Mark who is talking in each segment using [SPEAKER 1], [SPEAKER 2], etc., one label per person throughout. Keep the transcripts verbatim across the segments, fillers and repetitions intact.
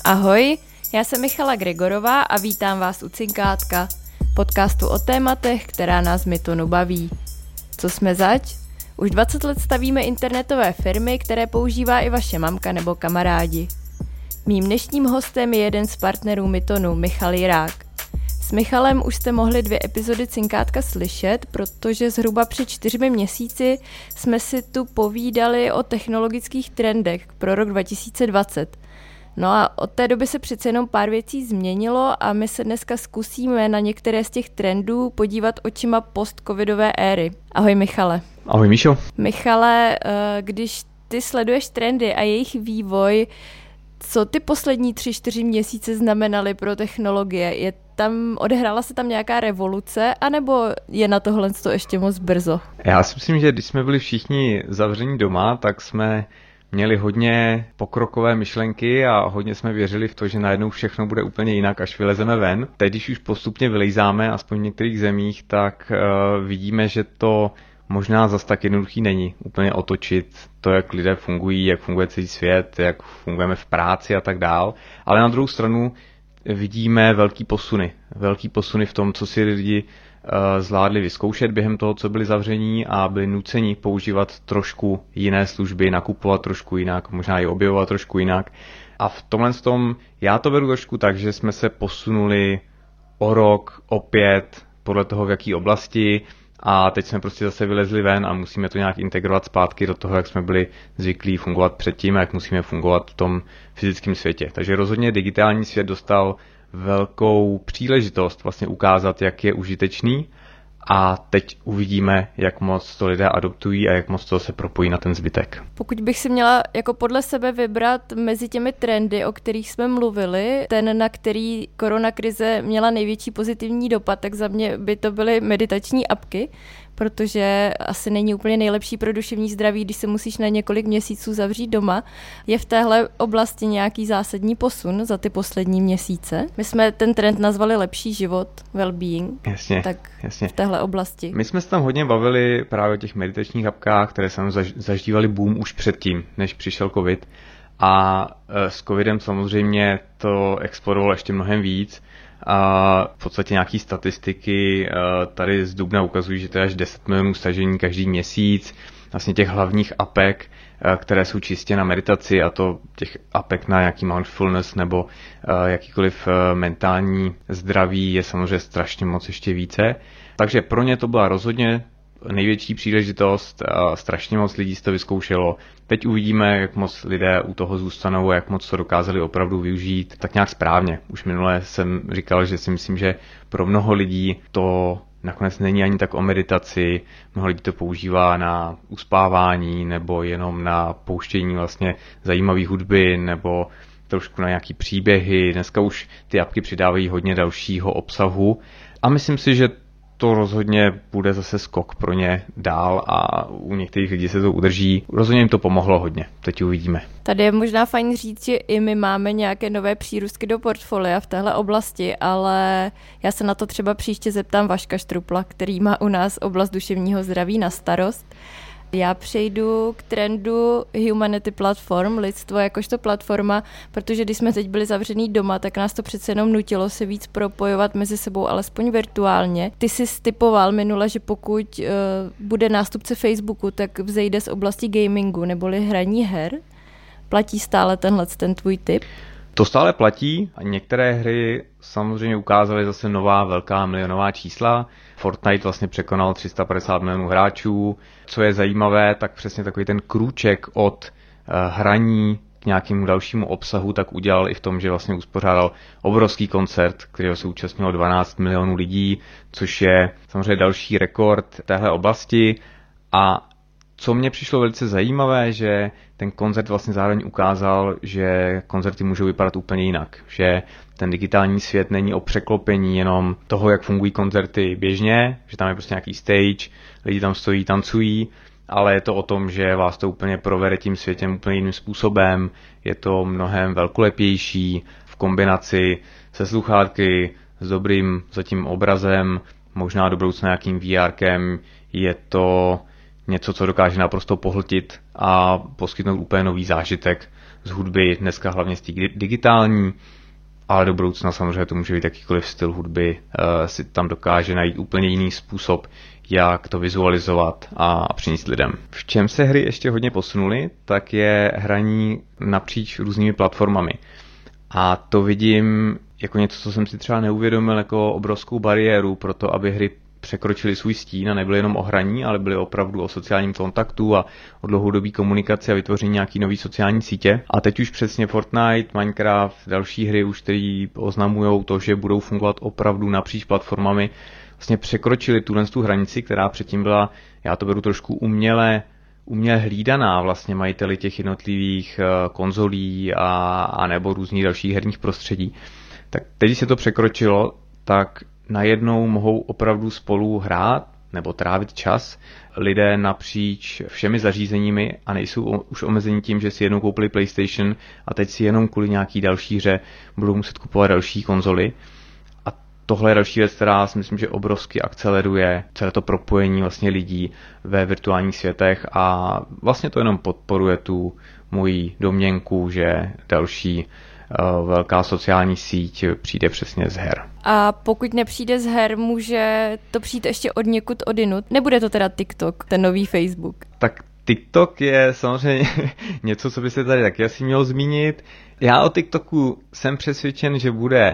[SPEAKER 1] Ahoj, já jsem Michala Gregorová a vítám vás u Cinkátka, podcastu o tématech, která nás Mytonu baví. Co jsme zač? Už dvacet let stavíme internetové firmy, které používá i vaše mamka nebo kamarádi. Mým dnešním hostem je jeden z partnerů Mytonu, Michal Jirák. S Michalem už jste mohli dvě epizody Cinkátka slyšet, protože zhruba před čtyřmi měsíci jsme si tu povídali o technologických trendech pro rok dva tisíce dvacet. No a od té doby se přece jenom pár věcí změnilo a my se dneska zkusíme na některé z těch trendů podívat očima post-covidové éry. Ahoj Michale.
[SPEAKER 2] Ahoj Míšo.
[SPEAKER 1] Michale, když ty sleduješ trendy a jejich vývoj, co ty poslední tři, čtyři měsíce znamenaly pro technologie? Je tam, odehrála se tam nějaká revoluce, anebo je na tohle to ještě moc brzo?
[SPEAKER 2] Já si myslím, že když jsme byli všichni zavření doma, tak jsme měli hodně pokrokové myšlenky a hodně jsme věřili v to, že najednou všechno bude úplně jinak, až vylezeme ven. Teď, když už postupně vylejzáme, aspoň v některých zemích, tak uh, vidíme, že to možná zas tak jednoduchý není úplně otočit to, jak lidé fungují, jak funguje celý svět, jak fungujeme v práci a tak dál. Ale na druhou stranu vidíme velký posuny. Velký posuny v tom, co si lidi uh, zvládli vyzkoušet během toho, co byli zavření a byli nuceni používat trošku jiné služby, nakupovat trošku jinak, možná i objevovat trošku jinak. A v tomhle tom já to beru trošku tak, že jsme se posunuli o rok, o pět, podle toho v jaký oblasti, a teď jsme prostě zase vylezli ven a musíme to nějak integrovat zpátky do toho, jak jsme byli zvyklí fungovat předtím a jak musíme fungovat v tom fyzickém světě. Takže rozhodně digitální svět dostal velkou příležitost vlastně ukázat, jak je užitečný, a teď uvidíme, jak moc to lidé adoptují a jak moc to se propojí na ten zbytek.
[SPEAKER 1] Pokud bych si měla jako podle sebe vybrat mezi těmi trendy, o kterých jsme mluvili, ten, na který koronakrize měla největší pozitivní dopad, tak za mě by to byly meditační apky, protože asi není úplně nejlepší pro duševní zdraví, když se musíš na několik měsíců zavřít doma. Je v téhle oblasti nějaký zásadní posun za ty poslední měsíce? My jsme ten trend nazvali lepší život, well-being.
[SPEAKER 2] Jasně,
[SPEAKER 1] tak
[SPEAKER 2] jasně.
[SPEAKER 1] V téhle oblasti.
[SPEAKER 2] My jsme se tam hodně bavili právě o těch meditačních apkách, které se zažívaly boom už předtím, než přišel covid. A s covidem samozřejmě to explodovalo ještě mnohem víc. A v podstatě nějaký statistiky tady z dubna ukazují, že to je až deset milionů stažení každý měsíc. Vlastně těch hlavních apek, které jsou čistě na meditaci, a to těch apek na nějaký mindfulness nebo jakýkoliv mentální zdraví je samozřejmě strašně moc ještě více. Takže pro ně to byla rozhodně největší příležitost, a strašně moc lidí si to vyzkoušelo. Teď uvidíme, jak moc lidé u toho zůstanou a jak moc to dokázali opravdu využít tak nějak správně. Už minule jsem říkal, že si myslím, že pro mnoho lidí to nakonec není ani tak o meditaci. Mnoho lidí to používá na uspávání nebo jenom na pouštění vlastně zajímavé hudby nebo trošku na nějaký příběhy. Dneska už ty apky přidávají hodně dalšího obsahu a myslím si, že to rozhodně bude zase skok pro ně dál a u některých lidí se to udrží. Rozhodně jim to pomohlo hodně, teď uvidíme.
[SPEAKER 1] Tady je možná fajn říct, že i my máme nějaké nové přírůstky do portfolia v téhle oblasti, ale já se na to třeba příště zeptám Vaška Štrupla, který má u nás oblast duševního zdraví na starost. Já přejdu k trendu Humanity Platform, lidstvo jakožto platforma, protože když jsme teď byli zavřený doma, tak nás to přece jenom nutilo se víc propojovat mezi sebou, alespoň virtuálně. Ty jsi stipoval minule, že pokud uh, bude nástupce Facebooku, tak vzejde z oblasti gamingu neboli hraní her. Platí stále tenhle ten tvůj tip?
[SPEAKER 2] To stále platí a některé hry samozřejmě ukázaly zase nová velká milionová čísla. Fortnite vlastně překonal tři sta padesát milionů hráčů. Co je zajímavé, tak přesně takový ten krůček od uh, hraní k nějakému dalšímu obsahu tak udělal i v tom, že vlastně uspořádal obrovský koncert, kterého se účastnilo dvanáct milionů lidí, což je samozřejmě další rekord téhle oblasti. A co mně přišlo velice zajímavé, že ten koncert vlastně zároveň ukázal, že koncerty můžou vypadat úplně jinak. Že ten digitální svět není o překlopení jenom toho, jak fungují koncerty běžně, že tam je prostě nějaký stage, lidi tam stojí, tancují, ale je to o tom, že vás to úplně provede tím světem úplně jiným způsobem. Je to mnohem velkolepější v kombinaci se sluchátky, s dobrým zatím obrazem, možná do budoucna nějakým vé érkem. Je to něco, co dokáže naprosto pohltit a poskytnout úplně nový zážitek z hudby, dneska hlavně z té digitální, ale do budoucna samozřejmě to může být jakýkoliv styl hudby, si tam dokáže najít úplně jiný způsob, jak to vizualizovat a přinést lidem. V čem se hry ještě hodně posunuly, tak je hraní napříč různými platformami. A to vidím jako něco, co jsem si třeba neuvědomil jako obrovskou bariéru pro to, aby hry překročili svůj stín a nebyly jenom o hraní, ale byly opravdu o sociálním kontaktu a o dlouhodobý komunikaci a vytvoření nějaký nový sociální sítě. A teď už přesně Fortnite, Minecraft, další hry už, které oznamují to, že budou fungovat opravdu napříč platformami, vlastně překročili tuhle tu hranici, která předtím byla, já to beru trošku uměle, uměle hlídaná vlastně majiteli těch jednotlivých konzolí a, a nebo různých dalších herních prostředí. Tak teď, když se to překročilo, tak najednou mohou opravdu spolu hrát nebo trávit čas lidé napříč všemi zařízeními a nejsou už omezení tím, že si jednou koupili PlayStation a teď si jenom kvůli nějaký další hře budou muset kupovat další konzoly. A tohle je další věc, která si myslím, že obrovsky akceleruje celé to propojení vlastně lidí ve virtuálních světech a vlastně to jenom podporuje tu moji domněnku, že další velká sociální síť přijde přesně z her.
[SPEAKER 1] A pokud nepřijde z her, může to přijít ještě od někud odinut? Nebude to teda TikTok, ten nový Facebook?
[SPEAKER 2] Tak TikTok je samozřejmě něco, co by se tady taky asi mělo zmínit. Já o TikToku jsem přesvědčen, že bude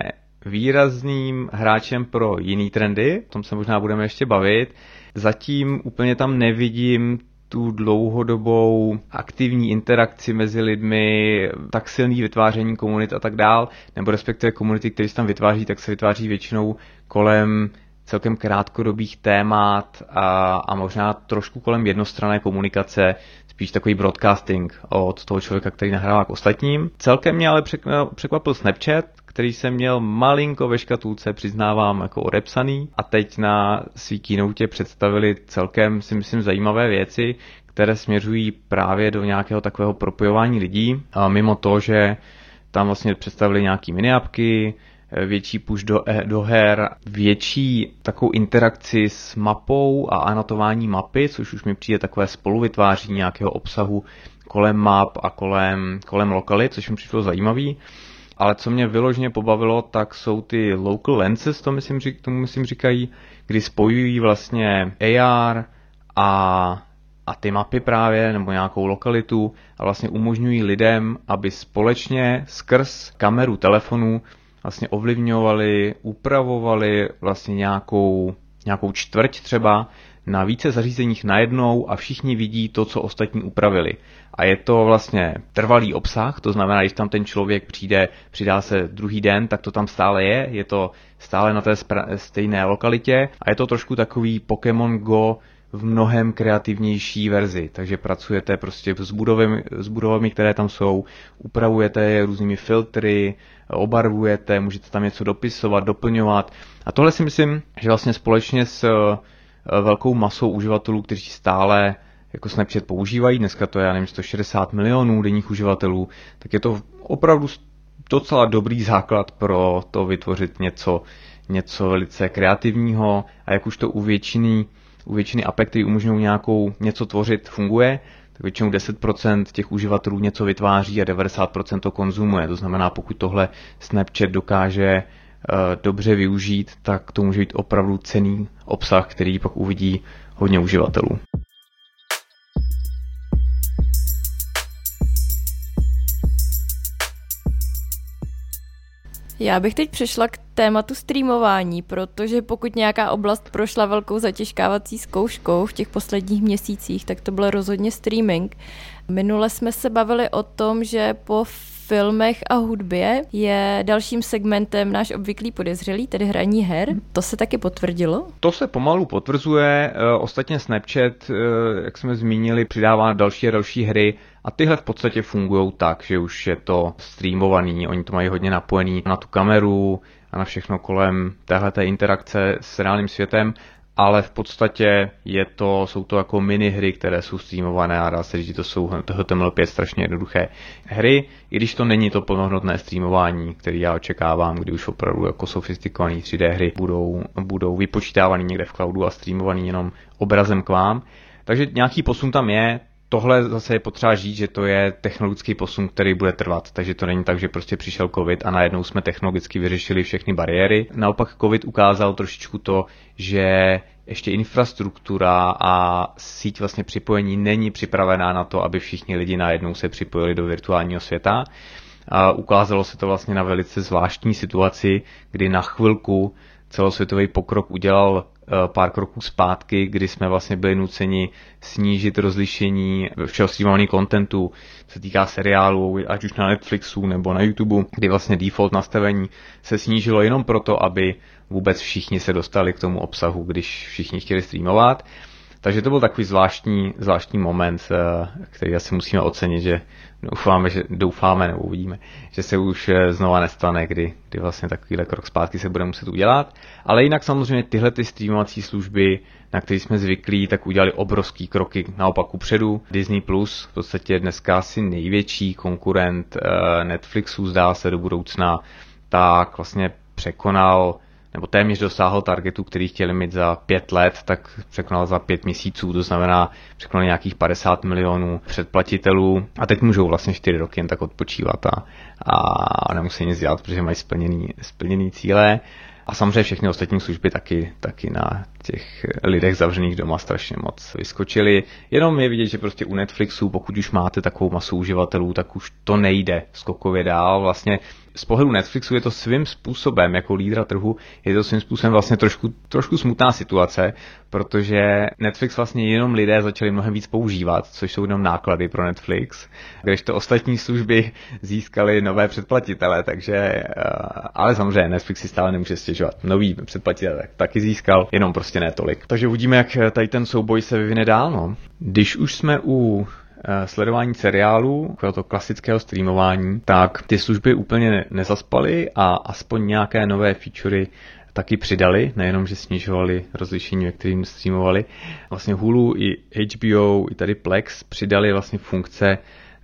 [SPEAKER 2] výrazným hráčem pro jiný trendy, o tom se možná budeme ještě bavit. Zatím úplně tam nevidím tu dlouhodobou aktivní interakci mezi lidmi, tak silný vytváření komunit a tak dál, nebo respektive komunity, které se tam vytváří, tak se vytváří většinou kolem celkem krátkodobých témat a, a možná trošku kolem jednostranné komunikace, spíš takový broadcasting od toho člověka, který nahrává k ostatním. Celkem mě ale překvapil Snapchat, který jsem měl malinko ve škatulce, přiznávám, jako odepsaný. A teď na svý keynote představili celkem, si myslím, zajímavé věci, které směřují právě do nějakého takového propojování lidí. A mimo to, že tam vlastně představili nějaký miniapky, větší push do, do her, větší takovou interakci s mapou a anotování mapy, což už mi přijde takové spoluvytváření nějakého obsahu kolem map a kolem, kolem lokalit, což mi přišlo zajímavý. Ale co mě vyloženě pobavilo, tak jsou ty local lenses, to myslím, tomu myslím říkají, kdy spojují vlastně A R a, a ty mapy právě, nebo nějakou lokalitu a vlastně umožňují lidem, aby společně skrz kameru telefonu vlastně ovlivňovali, upravovali vlastně nějakou, nějakou čtvrť třeba na více zařízeních najednou a všichni vidí to, co ostatní upravili. A je to vlastně trvalý obsah, to znamená, když tam ten člověk přijde, přidá se druhý den, tak to tam stále je, je to stále na té stejné lokalitě a je to trošku takový Pokémon Go v mnohem kreativnější verzi, takže pracujete prostě s budovami, s budovami, které tam jsou, upravujete je různými filtry, obarvujete, můžete tam něco dopisovat, doplňovat a tohle si myslím, že vlastně společně s velkou masou uživatelů, kteří stále jako Snapchat používají, dneska to je, já nevím, sto šedesát milionů denních uživatelů, tak je to opravdu docela dobrý základ pro to vytvořit něco, něco velice kreativního a jak už to u většiny, u většiny apek, které umožňují nějakou něco tvořit, funguje, tak většinou deset procent těch uživatelů něco vytváří a devadesát procent to konzumuje. To znamená, pokud tohle Snapchat dokáže uh, dobře využít, tak to může být opravdu cenný obsah, který pak uvidí hodně uživatelů.
[SPEAKER 1] Já bych teď přešla k tématu streamování, protože pokud nějaká oblast prošla velkou zatěžkávací zkouškou v těch posledních měsících, tak to byl rozhodně streaming. Minule jsme se bavili o tom, že po filmech a hudbě je dalším segmentem náš obvyklý podezřelý, tedy hraní her. To se taky potvrdilo?
[SPEAKER 2] To se pomalu potvrzuje. Ostatně Snapchat, jak jsme zmínili, přidává další a další hry a tyhle v podstatě fungují tak, že už je to streamovaný. Oni to mají hodně napojený na tu kameru a na všechno kolem téhleté interakce s reálným světem. Ale v podstatě je to, jsou to jako minihry, které jsou streamované a dá se říct, že to jsou H T M L pět strašně jednoduché hry, i když to není to plnohodnotné streamování, které já očekávám, kdy už opravdu jako sofistikované tři dé hry budou, budou vypočítávané někde v cloudu a streamované jenom obrazem k vám. Takže nějaký posun tam je. Tohle zase je potřeba říct, že to je technologický posun, který bude trvat, takže to není tak, že prostě přišel covid a najednou jsme technologicky vyřešili všechny bariéry. Naopak covid ukázal trošičku to, že ještě infrastruktura a síť vlastně připojení není připravená na to, aby všichni lidi najednou se připojili do virtuálního světa. A ukázalo se to vlastně na velice zvláštní situaci, kdy na chvilku celosvětový pokrok udělal pár kroků zpátky, kdy jsme vlastně byli nuceni snížit rozlišení všeho streamovaného contentu, co se týká seriálů, ať už na Netflixu nebo na YouTube, kdy vlastně default nastavení se snížilo jenom proto, aby vůbec všichni se dostali k tomu obsahu, když všichni chtěli streamovat. Takže to byl takový zvláštní, zvláštní moment, který asi musíme ocenit, že doufáme, že doufáme nebo uvidíme, že se už znova nestane, kdy, kdy vlastně takovýhle krok zpátky se bude muset udělat. Ale jinak samozřejmě tyhle ty streamovací služby, na které jsme zvyklí, tak udělali obrovský kroky naopak upředu. Disney Plus v podstatě dneska asi největší konkurent Netflixu, zdá se do budoucna, tak vlastně překonal nebo téměř dosáhl targetu, který chtěli mít za pět let, tak překonal za pět měsíců, to znamená překonal nějakých padesát milionů předplatitelů a teď můžou vlastně čtyři roky jen tak odpočívat a, a nemusí nic dělat, protože mají splněný, splněný cíle. A samozřejmě všechny ostatní služby taky, taky na těch lidech zavřených doma strašně moc vyskočily. Jenom je vidět, že prostě u Netflixu, pokud už máte takovou masu uživatelů, tak už to nejde skokově dál. Vlastně z pohledu Netflixu je to svým způsobem, jako lídra trhu, je to svým způsobem vlastně trošku, trošku smutná situace, protože Netflix vlastně jenom lidé začali mnohem víc používat, což jsou jenom náklady pro Netflix, kdežto ostatní služby získaly nové předplatitele, takže, ale samozřejmě Netflix si stále nemůže stěžovat. Nový předplatitel taky získal, jenom prostě ne tolik. Takže uvidíme, jak tady ten souboj se vyvine dál. No. Když už jsme u sledování seriálů, to klasického streamování, tak ty služby úplně nezaspaly a aspoň nějaké nové featurey taky přidali, nejenom, že snižovali rozlišení, ve kterým streamovali. Vlastně Hulu i H B O i tady Plex přidali vlastně funkce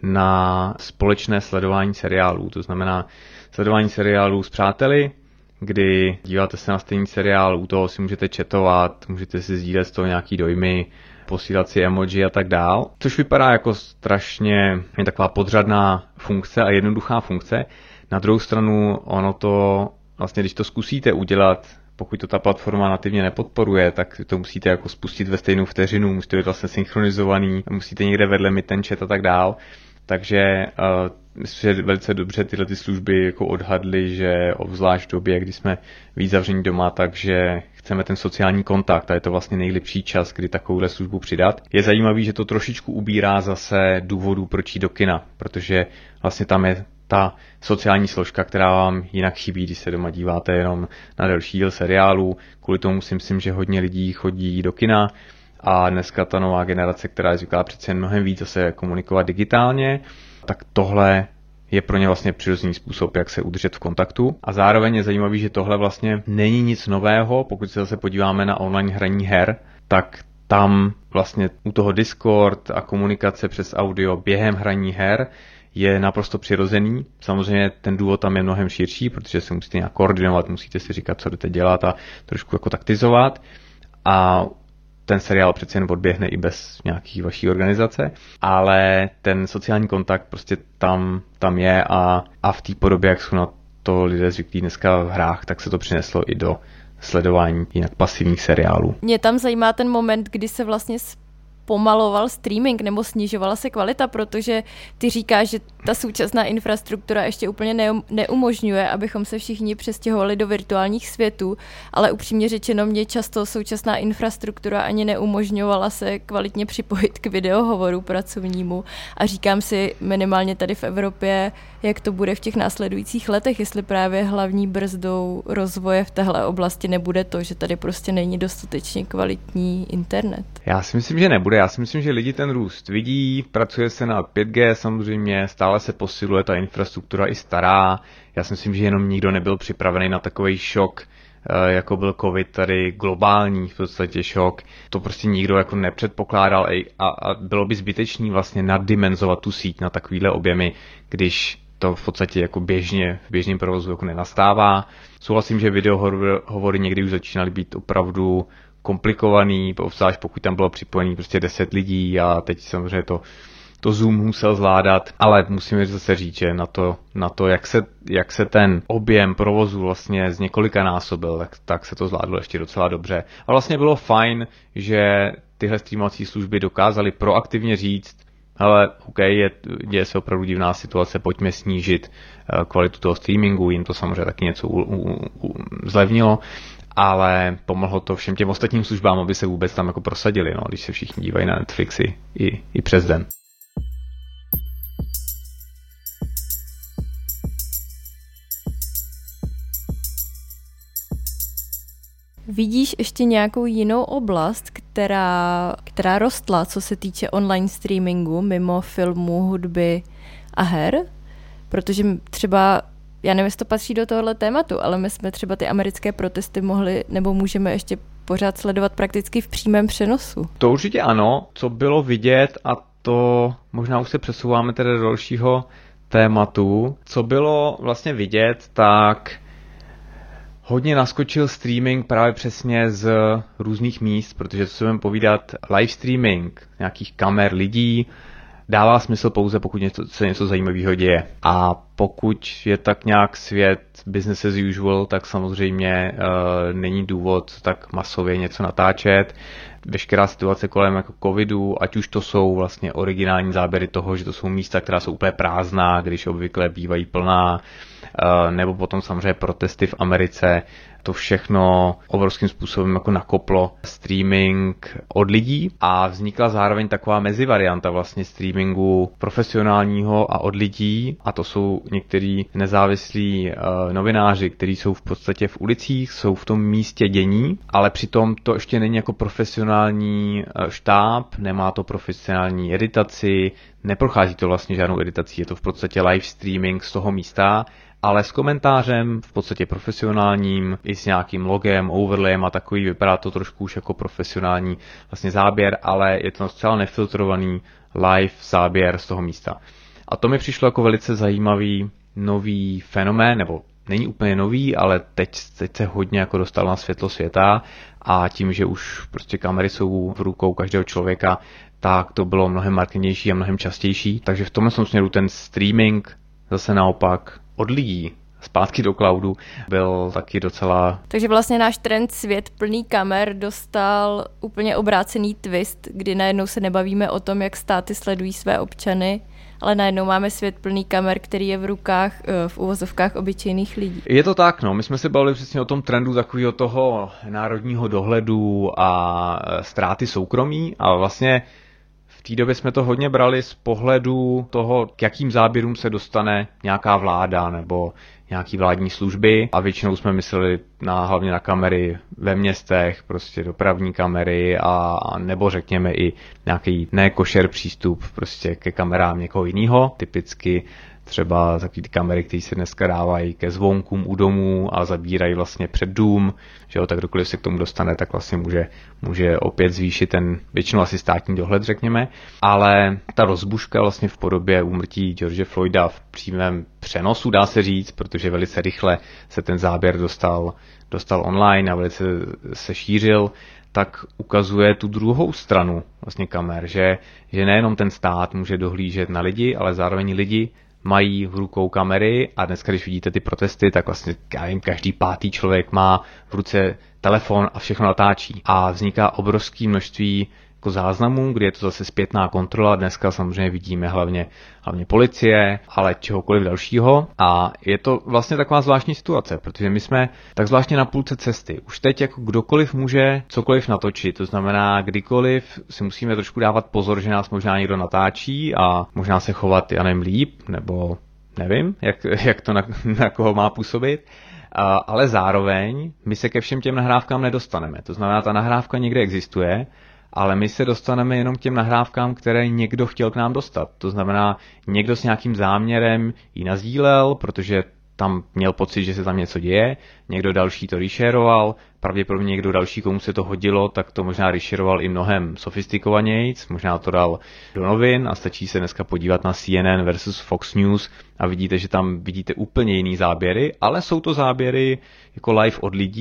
[SPEAKER 2] na společné sledování seriálů, to znamená sledování seriálů s přáteli, kdy díváte se na stejný seriál, u toho si můžete chatovat, můžete si sdílet z toho nějaký dojmy, posílat si emoji a tak dál, což vypadá jako strašně je taková podřadná funkce a jednoduchá funkce. Na druhou stranu ono to, vlastně když to zkusíte udělat, pokud to ta platforma nativně nepodporuje, tak to musíte jako spustit ve stejnou vteřinu, musíte být vlastně synchronizovaný, musíte někde vedle mít ten chat a tak dál. Takže uh, myslím, že velice dobře tyhle ty služby jako odhadly, že obzvlášť v době, kdy jsme víc zavření doma, takže chceme ten sociální kontakt a je to vlastně nejlepší čas, kdy takovouhle službu přidat. Je zajímavý, že to trošičku ubírá zase důvodů, proč jít do kina, protože vlastně tam je ta sociální složka, která vám jinak chybí, když se doma díváte jenom na další díl seriálu. Kvůli tomu si myslím, že hodně lidí chodí do kina. A dneska ta nová generace, která je zvyklá přece mnohem víc zase komunikovat digitálně, tak tohle je pro ně vlastně přirozený způsob, jak se udržet v kontaktu. A zároveň je zajímavý, že tohle vlastně není nic nového, pokud se zase podíváme na online hraní her, tak tam vlastně u toho Discord a komunikace přes audio během hraní her je naprosto přirozený. Samozřejmě ten důvod tam je mnohem širší, protože se musíte nějak koordinovat, musíte si říkat, co jdete dělat a trošku jako taktizovat. A ten seriál přece jen odběhne i bez nějaký vaší organizace, ale ten sociální kontakt prostě tam, tam je a, a v té podobě, jak jsou na to lidé zvyklí dneska v hrách, tak se to přineslo i do sledování jinak pasivních seriálů.
[SPEAKER 1] Mě tam zajímá ten moment, kdy se vlastně pomaloval streaming nebo snižovala se kvalita, protože ty říkáš, že ta současná infrastruktura ještě úplně ne- neumožňuje, abychom se všichni přestěhovali do virtuálních světů, ale upřímně řečeno mě často současná infrastruktura ani neumožňovala se kvalitně připojit k videohovoru pracovnímu a říkám si minimálně tady v Evropě, jak to bude v těch následujících letech, jestli právě hlavní brzdou rozvoje v téhle oblasti nebude to, že tady prostě není dostatečně kvalitní internet.
[SPEAKER 2] Já si myslím, že nebude. Já si myslím, že lidi ten růst vidí, pracuje se na pět G samozřejmě, stále se posiluje ta infrastruktura i stará. Já si myslím, že jenom nikdo nebyl připravený na takový šok, jako byl covid, tady globální v podstatě šok. To prostě nikdo jako nepředpokládal a, a bylo by zbytečný vlastně naddimenzovat tu síť na takovýhle objemy, když to v podstatě jako běžně v běžném provozu jako nenastává. Souhlasím, že videohovory někdy už začínaly být opravdu komplikovaný, obzvlášť pokud tam bylo připojený prostě deset lidí a teď samozřejmě to, to Zoom musel zvládat, ale musíme zase říct, že na to, na to jak, se, jak se ten objem provozu vlastně z několika násobil, tak, tak se to zvládlo ještě docela dobře. A vlastně bylo fajn, že tyhle streamovací služby dokázaly proaktivně říct, hele, OK, je, děje se opravdu divná situace, pojďme snížit uh, kvalitu toho streamingu, jim to samozřejmě taky něco u, u, u, zlevnilo, ale pomohlo to všem těm ostatním službám, aby se vůbec tam jako prosadili, no, když se všichni dívají na Netflixy i, i přes den.
[SPEAKER 1] Vidíš ještě nějakou jinou oblast, která, která rostla, co se týče online streamingu, mimo filmu, hudby a her? Protože třeba, já nevím, jestli to patří do tohohle tématu, ale my jsme třeba ty americké protesty mohli, nebo můžeme ještě pořád sledovat prakticky v přímém přenosu.
[SPEAKER 2] To určitě ano, co bylo vidět, a to možná už se přesouváme tedy do dalšího tématu, co bylo vlastně vidět, tak hodně naskočil streaming právě přesně z různých míst, protože co se budeme povídat, live streaming nějakých kamer lidí dává smysl pouze, pokud něco, se něco zajímavého děje. A pokud je tak nějak svět business as usual, tak samozřejmě uh, není důvod tak masově něco natáčet. Veškerá situace kolem jako covidu, ať už to jsou vlastně originální záběry toho, že to jsou místa, která jsou úplně prázdná, když obvykle bývají plná, nebo potom samozřejmě protesty v Americe, to všechno obrovským způsobem jako nakoplo streaming od lidí a vznikla zároveň taková mezivarianta vlastně streamingu profesionálního a od lidí, a to jsou někteří nezávislí uh, novináři, kteří jsou v podstatě v ulicích, jsou v tom místě dění, ale přitom to ještě není jako profesionální uh, štáb, nemá to profesionální editaci, neprochází to vlastně žádnou editací, je to v podstatě live streaming z toho místa, ale s komentářem v podstatě profesionálním, i s nějakým logem, overlayem a takový, vypadá to trošku už jako profesionální vlastně záběr, ale je to zcela nefiltrovaný live záběr z toho místa. A to mi přišlo jako velice zajímavý nový fenomén, nebo není úplně nový, ale teď, teď se hodně jako dostal na světlo světa a tím, že už prostě kamery jsou v rukou každého člověka, tak to bylo mnohem markantnější a mnohem častější. Takže v tomhle směru ten streaming zase naopak od lidí zpátky do cloudu byl taky docela...
[SPEAKER 1] Takže vlastně náš trend svět plný kamer dostal úplně obrácený twist, kdy najednou se nebavíme o tom, jak státy sledují své občany, ale najednou máme svět plný kamer, který je v rukách, v uvozovkách obyčejných lidí.
[SPEAKER 2] Je to tak, no. My jsme se bavili přesně o tom trendu takového toho národního dohledu a ztráty soukromí a vlastně v té době jsme to hodně brali z pohledu toho, k jakým záběrům se dostane nějaká vláda nebo nějaký vládní služby a většinou jsme mysleli na, hlavně na kamery ve městech, prostě dopravní kamery a nebo řekněme i nějaký nekošer přístup prostě ke kamerám někoho jiného, typicky třeba takový ty kamery, které se dneska dávají ke zvonkům u domů a zabírají vlastně před dům, že jo, tak kdokoliv se k tomu dostane, tak vlastně může, může opět zvýšit ten většinou asi státní dohled, řekněme, ale ta rozbuška vlastně v podobě úmrtí George Floyda v přímém přenosu, dá se říct, protože velice rychle se ten záběr dostal, dostal online a velice se šířil, tak ukazuje tu druhou stranu vlastně kamer, že, že nejenom ten stát může dohlížet na lidi, ale zároveň lidi mají v rukou kamery a dneska, když vidíte ty protesty, tak vlastně já vím, každý pátý člověk má v ruce telefon a všechno natáčí. A vzniká obrovské množství jako záznamů, kdy je to zase zpětná kontrola. Dneska samozřejmě vidíme hlavně, hlavně policie, ale čehokoliv dalšího. A je to vlastně taková zvláštní situace, protože my jsme tak zvláštně na půlce cesty. Už teď jako kdokoliv může cokoliv natočit, to znamená kdykoliv si musíme trošku dávat pozor, že nás možná někdo natáčí a možná se chovat, já nevím, líp, nebo nevím, jak, jak to na, na koho má působit. A, ale zároveň my se ke všem těm nahrávkám nedostaneme. To znamená, ta nahrávka někde existuje, ale my se dostaneme jenom k těm nahrávkám, které někdo chtěl k nám dostat. To znamená, někdo s nějakým záměrem ji nazdílel, protože tam měl pocit, že se tam něco děje, někdo další to reshareoval, pravděpodobně někdo další, komu se to hodilo, tak to možná reshareoval i mnohem sofistikovanějc, možná to dal do novin a stačí se dneska podívat na C N N versus Fox News a vidíte, že tam vidíte úplně jiný záběry, ale jsou to záběry jako live od lidí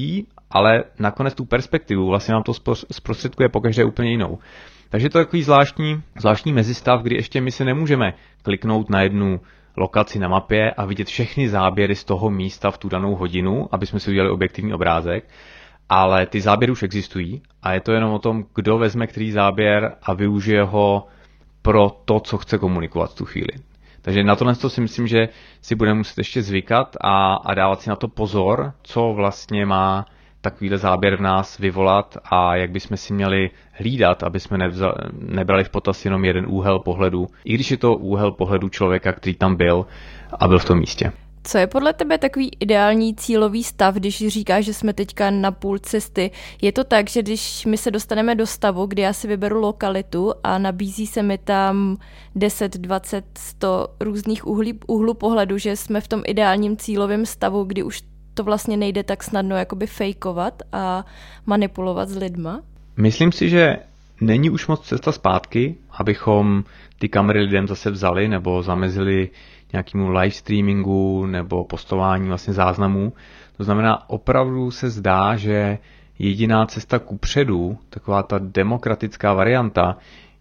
[SPEAKER 2] ale nakonec tu perspektivu vlastně nám to zprostředkuje pokaždé úplně jinou. Takže to je takový zvláštní, zvláštní mezistav, kdy ještě my si nemůžeme kliknout na jednu lokaci na mapě a vidět všechny záběry z toho místa v tu danou hodinu, aby jsme si udělali objektivní obrázek, ale ty záběry už existují a je to jenom o tom, kdo vezme který záběr a využije ho pro to, co chce komunikovat v tu chvíli. Takže na tohle si myslím, že si budeme muset ještě zvykat a, a dávat si na to pozor, co vlastně má takovýhle záběr v nás vyvolat a jak bychom si měli hlídat, aby jsme nevzali, nebrali v potaz jenom jeden úhel pohledu, i když je to úhel pohledu člověka, který tam byl a byl v tom místě.
[SPEAKER 1] Co je podle tebe takový ideální cílový stav, když říkáš, že jsme teďka na půl cesty? Je to tak, že když my se dostaneme do stavu, kdy já si vyberu lokalitu a nabízí se mi tam deset, dvacet, sto různých uhlí, úhlů pohledu, že jsme v tom ideálním cílovém stavu, kdy už to vlastně nejde tak snadno jakoby fejkovat a manipulovat s lidma?
[SPEAKER 2] Myslím si, že není už moc cesta zpátky, abychom ty kamery lidem zase vzali nebo zamezili nějakému live streamingu nebo postování vlastně záznamů. To znamená, opravdu se zdá, že jediná cesta kupředu, taková ta demokratická varianta,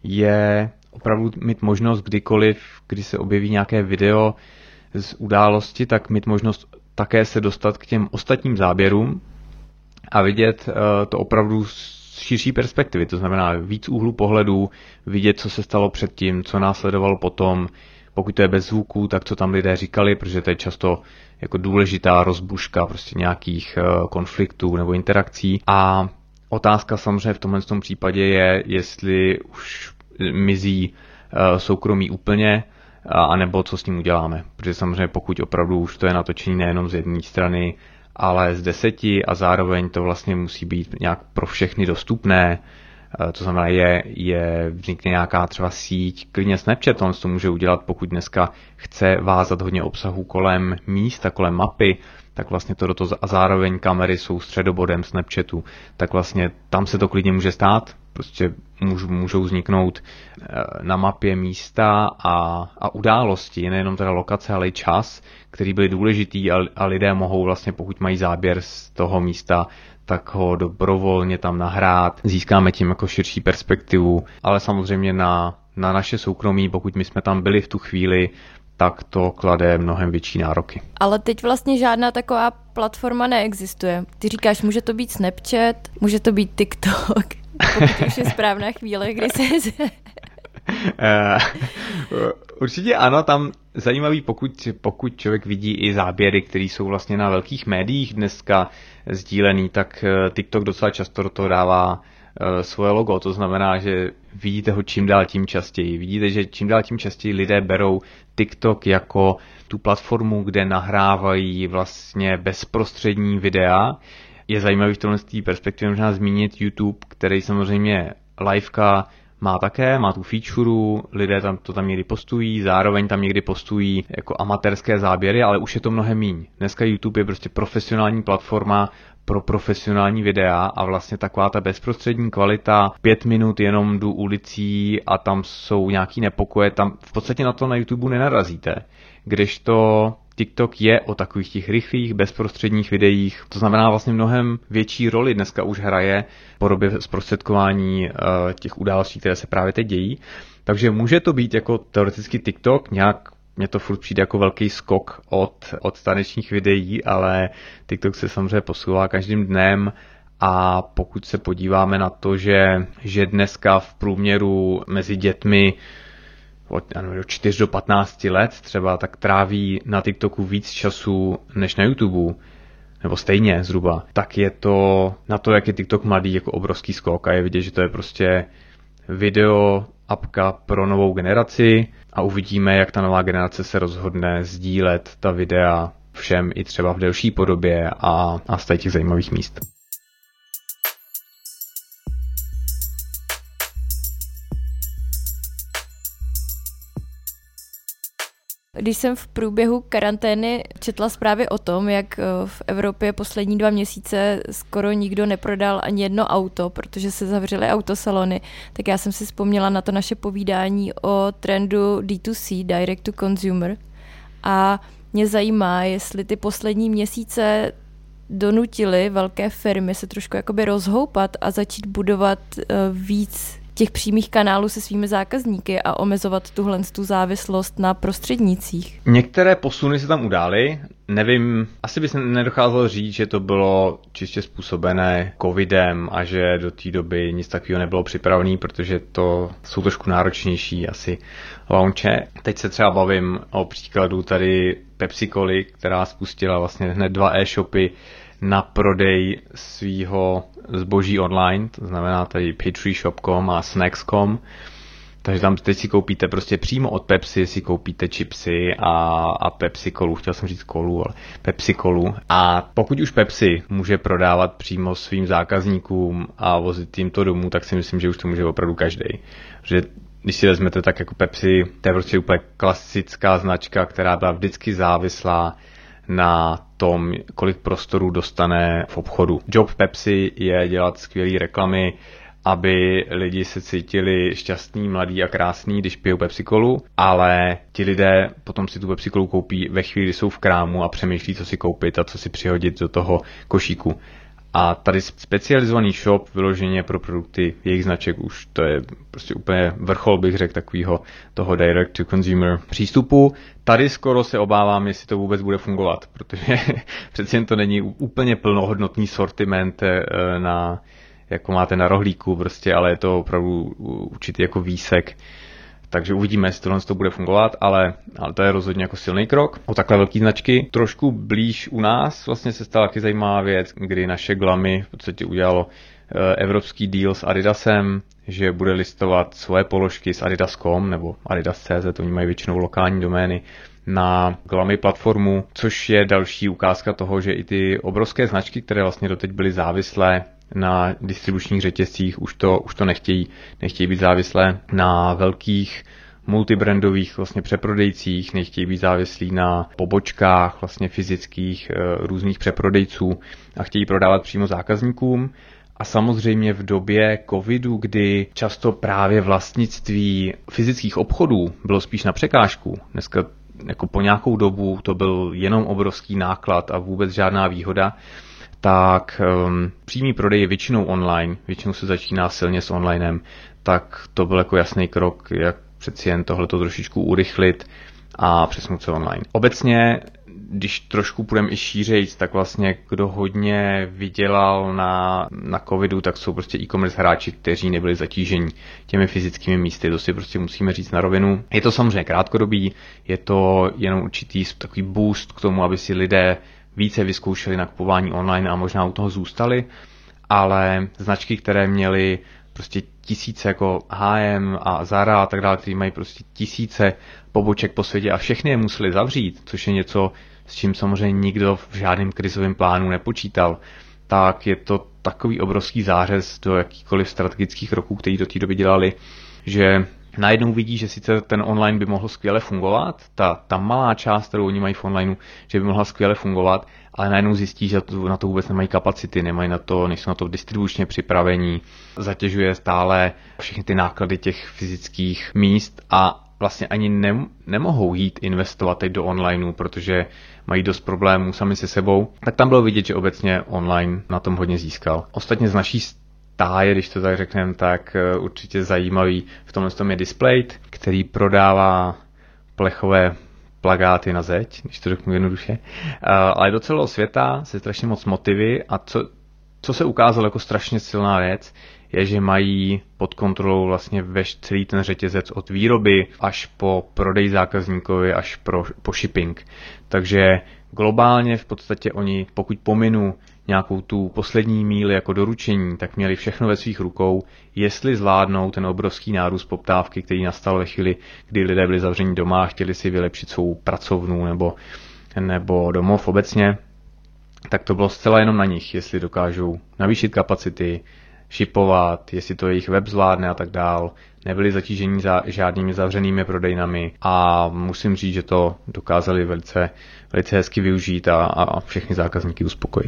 [SPEAKER 2] je opravdu mít možnost kdykoliv, kdy se objeví nějaké video z události, tak mít možnost také se dostat k těm ostatním záběrům a vidět to opravdu z širší perspektivy. To znamená víc úhlu pohledu, vidět, co se stalo předtím, co následovalo potom. Pokud to je bez zvuku, tak co tam lidé říkali, protože to je často jako důležitá rozbuška prostě nějakých konfliktů nebo interakcí. A otázka samozřejmě v tomhle tom případě je, jestli už mizí soukromí úplně, anebo co s tím uděláme. Protože samozřejmě pokud opravdu už to je natočení nejenom z jedné strany, ale z deseti a zároveň to vlastně musí být nějak pro všechny dostupné. To znamená, je, je vznikne nějaká třeba síť, klidně Snapchat, on to může udělat, pokud dneska chce vázat hodně obsahu kolem místa, kolem mapy, tak vlastně to do toho a zároveň kamery jsou středobodem Snapchatu, tak vlastně tam se to klidně může stát, prostě můžou vzniknout na mapě místa a, a události, nejenom teda lokace, ale i čas, který byly důležitý a, a lidé mohou vlastně, pokud mají záběr z toho místa, tak ho dobrovolně tam nahrát. Získáme tím jako širší perspektivu, ale samozřejmě na, na naše soukromí, pokud my jsme tam byli v tu chvíli, tak to klade mnohem větší nároky.
[SPEAKER 1] Ale teď vlastně žádná taková platforma neexistuje. Ty říkáš, může to být Snapchat, může to být TikTok, pokud už je správná chvíle, kdy se...
[SPEAKER 2] Určitě ano, tam zajímavý, pokud, pokud člověk vidí i záběry, které jsou vlastně na velkých médiích dneska sdílený, tak TikTok docela často do toho dává svoje logo, to znamená, že vidíte ho čím dál tím častěji. Vidíte, že čím dál tím častěji lidé berou TikTok jako tu platformu, kde nahrávají vlastně bezprostřední videa. Je zajímavý v tomhle perspektivě možná zmínit YouTube, který samozřejmě liveka má také, má tu featureu, lidé tam to tam někdy postují, zároveň tam někdy postují jako amatérské záběry, ale už je to mnohem míň. Dneska YouTube je prostě profesionální platforma pro profesionální videa a vlastně taková ta bezprostřední kvalita, pět minut jenom jdu ulicí a tam jsou nějaký nepokoje, tam v podstatě na to na YouTube nenarazíte. Kdežto TikTok je o takových těch rychlých, bezprostředních videích, to znamená vlastně mnohem větší roli dneska už hraje v podobě zprostředkování těch událostí, které se právě teď dějí. Takže může to být jako teoreticky TikTok, nějak mně to furt přijde jako velký skok od, od tanečních videí, ale TikTok se samozřejmě posouvá každým dnem a pokud se podíváme na to, že, že dneska v průměru mezi dětmi od čtyř do patnácti let třeba, tak tráví na TikToku víc času než na YouTube, nebo stejně zhruba, tak je to na to, jak je TikTok mladý, jako obrovský skok a je vidět, že to je prostě video, apka pro novou generaci a uvidíme, jak ta nová generace se rozhodne sdílet ta videa všem i třeba v delší podobě a, a z těch zajímavých míst.
[SPEAKER 1] Když jsem v průběhu karantény četla zprávy o tom, jak v Evropě poslední dva měsíce skoro nikdo neprodal ani jedno auto, protože se zavřely autosalony, tak já jsem si vzpomněla na to naše povídání o trendu D dva C, Direct to Consumer. A mě zajímá, jestli ty poslední měsíce donutily velké firmy se trošku jakoby rozhoupat a začít budovat uh, víc těch přímých kanálů se svými zákazníky a omezovat tuhle tu závislost na prostřednících.
[SPEAKER 2] Některé posuny se tam udály. Nevím, asi by se nedocházelo říct, že to bylo čistě způsobené covidem a že do té doby nic takového nebylo připravené, protože to jsou trošku náročnější asi launche. Teď se třeba bavím o příkladu tady Pepsi-Coly, která spustila vlastně hned dva e-shopy na prodej svýho zboží online, to znamená tady pantryshop tečka com a snacks tečka com. Takže tam teď si koupíte prostě přímo od Pepsi, si koupíte chipsy a, a Pepsi Colu, chtěl jsem říct kolu, ale Pepsi Colu. A pokud už Pepsi může prodávat přímo svým zákazníkům a vozit jim to domů, tak si myslím, že už to může opravdu každej. Že když si vezmete tak jako Pepsi, to je prostě úplně klasická značka, která byla vždycky závislá na tom, kolik prostoru dostane v obchodu. Job Pepsi je dělat skvělé reklamy, aby lidi se cítili šťastní, mladí a krásní, když pijou Pepsi-Colu, ale ti lidé potom si tu Pepsi-Colu koupí ve chvíli, kdy jsou v krámu a přemýšlí, co si koupit a co si přihodit do toho košíku. A tady specializovaný shop vyloženě pro produkty jejich značek už to je prostě úplně vrchol, bych řekl, takového toho direct to consumer přístupu. Tady skoro se obávám, jestli to vůbec bude fungovat, protože přeci jen to není úplně plnohodnotný sortiment na, jako máte na rohlíku, prostě, ale je to opravdu určitý jako výsek. Takže uvidíme, jestli tohle to bude fungovat, ale, ale to je rozhodně jako silný krok. O takhle velké značky. Trošku blíž u nás vlastně se stala taky zajímavá věc, kdy naše Glamy v podstatě udělalo evropský deal s Adidasem, že bude listovat svoje položky s adidas tečka com nebo adidas tečka cé zet, oni mají většinou lokální domény, na Glamy platformu, což je další ukázka toho, že i ty obrovské značky, které vlastně doteď byly závislé na distribučních řetězcích, už to, už to nechtějí, nechtějí být závislé na velkých multibrandových vlastně přeprodejcích, nechtějí být závislí na pobočkách vlastně fyzických různých přeprodejců a chtějí prodávat přímo zákazníkům. A samozřejmě v době covidu, kdy často právě vlastnictví fyzických obchodů bylo spíš na překážku, dneska jako po nějakou dobu to byl jenom obrovský náklad a vůbec žádná výhoda, tak um, přímý prodej je většinou online, většinou se začíná silně s onlinem, tak to byl jako jasný krok, jak přeci jen tohleto trošičku urychlit a přesunout se online. Obecně, když trošku půjdeme i šířejc, tak vlastně kdo hodně vydělal na, na covidu, tak jsou prostě e-commerce hráči, kteří nebyli zatíženi těmi fyzickými místy, to si prostě musíme říct na rovinu. Je to samozřejmě krátkodobý, je to jenom určitý takový boost k tomu, aby si lidé více vyzkoušeli nakupování online a možná u toho zůstali, ale značky, které měly prostě tisíce jako H and M a Zara a tak dále, kteří mají prostě tisíce poboček po světě a všechny je museli zavřít, což je něco, s čím samozřejmě nikdo v žádném krizovém plánu nepočítal, tak je to takový obrovský zářez do jakýchkoliv strategických roků, který do té doby dělali, že najednou vidí, že sice ten online by mohl skvěle fungovat, ta, ta malá část, kterou oni mají v onlineu, že by mohla skvěle fungovat, ale najednou zjistí, že to, na to vůbec nemají kapacity, nemají na to, nejsou na to distribučně připravení, zatěžuje stále všechny ty náklady těch fyzických míst a vlastně ani ne, nemohou jít investovat teď do onlineu, protože mají dost problémů sami se sebou, tak tam bylo vidět, že obecně online na tom hodně získal. Ostatně z naší stáje, když to tak řekneme, tak určitě zajímavý v tomhle tom je Displayed, který prodává plechové plakáty na zeď, když to řeknu jednoduše. Ale do celého světa se strašně moc motivy a co, co se ukázalo jako strašně silná věc, je, že mají pod kontrolou vlastně veš celý ten řetězec od výroby až po prodej zákazníkovi, až pro, po shipping. Takže globálně v podstatě oni, pokud pominu nějakou tu poslední míli jako doručení, tak měli všechno ve svých rukou, jestli zvládnou ten obrovský nárůst poptávky, který nastal ve chvíli, kdy lidé byli zavření doma a chtěli si vylepšit svou pracovnu nebo, nebo domov obecně, tak to bylo zcela jenom na nich, jestli dokážou navýšit kapacity, shipovat, jestli to jejich web zvládne a tak dál. Nebyli zatížení za žádnými zavřenými prodejnami a musím říct, že to dokázali velice, velice hezky využít a, a všechny zákazníky uspokojit.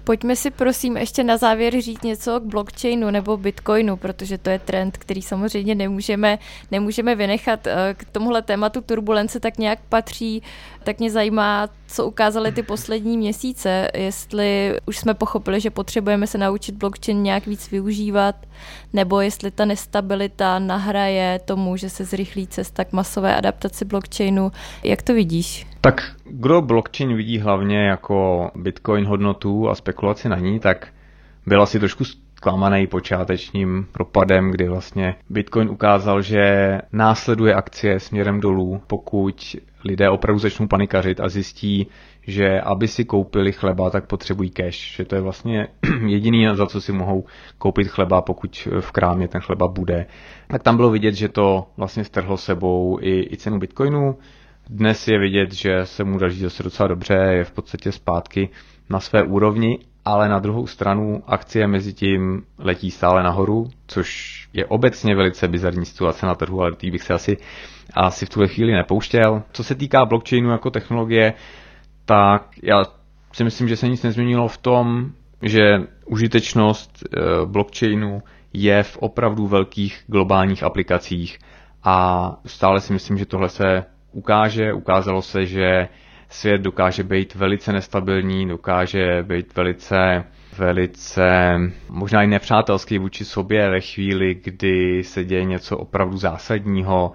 [SPEAKER 1] Pojďme si prosím ještě na závěr říct něco k blockchainu nebo bitcoinu, protože to je trend, který samozřejmě nemůžeme, nemůžeme vynechat. K tomuhle tématu turbulence tak nějak patří, tak mě zajímá, co ukázaly ty poslední měsíce, jestli už jsme pochopili, že potřebujeme se naučit blockchain nějak víc využívat, nebo jestli ta nestabilita nahraje tomu, že se zrychlí cesta k masové adaptaci blockchainu. Jak to vidíš?
[SPEAKER 2] Tak kdo blockchain vidí hlavně jako bitcoin hodnotu a spekulaci na ní, tak byl asi trošku zklamaný počátečním propadem, kdy vlastně bitcoin ukázal, že následuje akcie směrem dolů, pokud lidé opravdu začnou panikařit a zjistí, že aby si koupili chleba, tak potřebují cash. Že to je vlastně jediný, za co si mohou koupit chleba, pokud v krámě ten chleba bude. Tak tam bylo vidět, že to vlastně strhlo sebou i, i cenu bitcoinu. Dnes je vidět, že se mu daří zase docela dobře, je v podstatě zpátky na své úrovni, ale na druhou stranu akcie mezi tím letí stále nahoru, což je obecně velice bizarní situace na trhu, ale do té bych se asi, asi v tuhle chvíli nepouštěl. Co se týká blockchainu jako technologie, tak já si myslím, že se nic nezměnilo v tom, že užitečnost blockchainu je v opravdu velkých globálních aplikacích a stále si myslím, že tohle se ukáže. Ukázalo se, že svět dokáže být velice nestabilní, dokáže být velice, velice možná i nepřátelský vůči sobě ve chvíli, kdy se děje něco opravdu zásadního.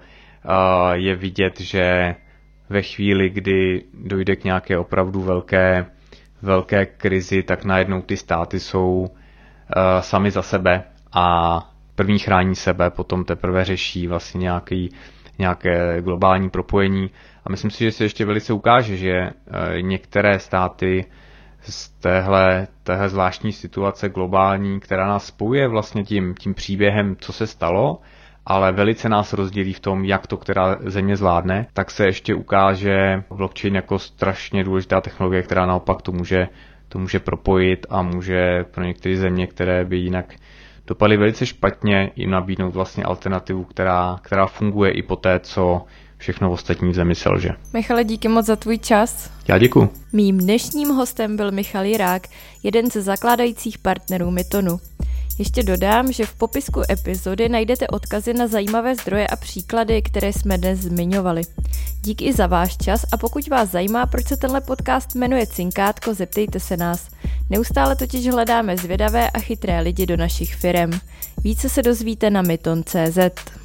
[SPEAKER 2] Je vidět, že ve chvíli, kdy dojde k nějaké opravdu velké, velké krizi, tak najednou ty státy jsou sami za sebe a první chrání sebe, potom teprve řeší vlastně nějaký nějaké globální propojení. A myslím si, že se ještě velice ukáže, že některé státy z téhle, téhle zvláštní situace globální, která nás spojuje vlastně tím, tím příběhem, co se stalo, ale velice nás rozdělí v tom, jak to která země zvládne, tak se ještě ukáže blockchain jako strašně důležitá technologie, která naopak to může, to může propojit a může pro některé země, které by jinak dopadly velice špatně, jim nabídnout vlastně alternativu, která, která funguje i po té, co všechno ostatní v zemi selže.
[SPEAKER 1] Michale, díky moc za tvůj čas.
[SPEAKER 2] Já děkuju.
[SPEAKER 1] Mým dnešním hostem byl Michal Jirák, jeden ze zakládajících partnerů Mytonu. Ještě dodám, že v popisku epizody najdete odkazy na zajímavé zdroje a příklady, které jsme dnes zmiňovali. Díky i za váš čas a pokud vás zajímá, proč se tenhle podcast jmenuje Cinkátko, zeptejte se nás. Neustále totiž hledáme zvědavé a chytré lidi do našich firem. Více se dozvíte na myton tečka cé zet.